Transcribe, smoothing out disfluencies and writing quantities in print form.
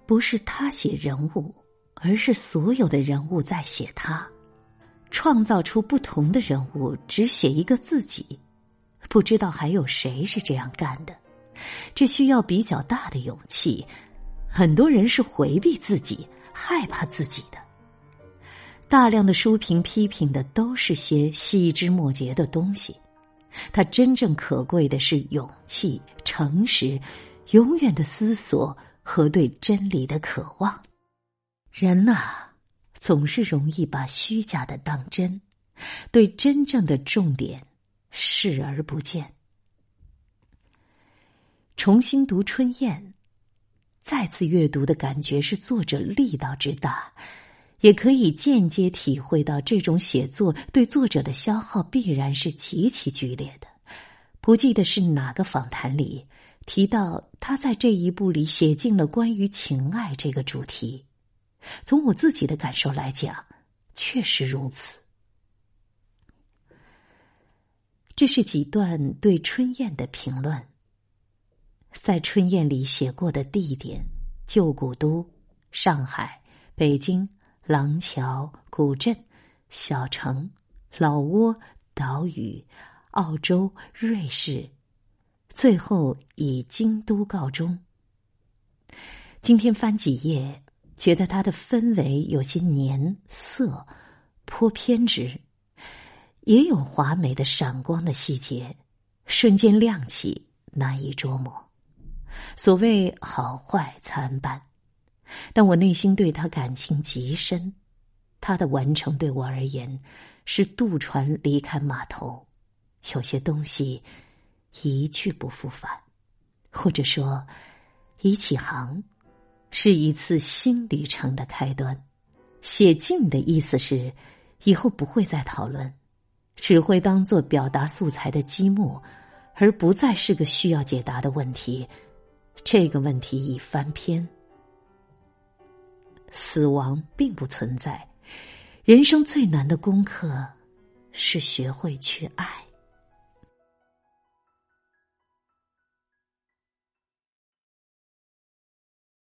不是他写人物，而是所有的人物在写他，创造出不同的人物，只写一个自己。不知道还有谁是这样干的，这需要比较大的勇气。很多人是回避自己，害怕自己的。大量的书评批评的都是些细枝末节的东西，它真正可贵的是勇气、诚实、永远的思索和对真理的渴望。人啊，总是容易把虚假的当真，对真正的重点视而不见。重新读《春燕》，再次阅读的感觉是作者力道之大，也可以间接体会到这种写作对作者的消耗必然是极其剧烈的。不记得是哪个访谈里提到，他在这一部里写尽了关于情爱这个主题。从我自己的感受来讲，确实如此。这是几段对春燕的评论。在春燕里写过的地点：旧古都、上海、北京、廊桥、古镇、小城、老挝、岛屿、澳洲、瑞士，最后以京都告终。今天翻几页，觉得它的氛围有些黏涩，颇偏执，也有华美的闪光的细节，瞬间亮起，难以捉摸。所谓好坏参半，但我内心对他感情极深。他的完成对我而言是渡船离开码头，有些东西一去不复返，或者说一起航，是一次新旅程的开端。写尽的意思是以后不会再讨论，只会当作表达素材的积木，而不再是个需要解答的问题。这个问题已翻篇。死亡并不存在，人生最难的功课是学会去爱。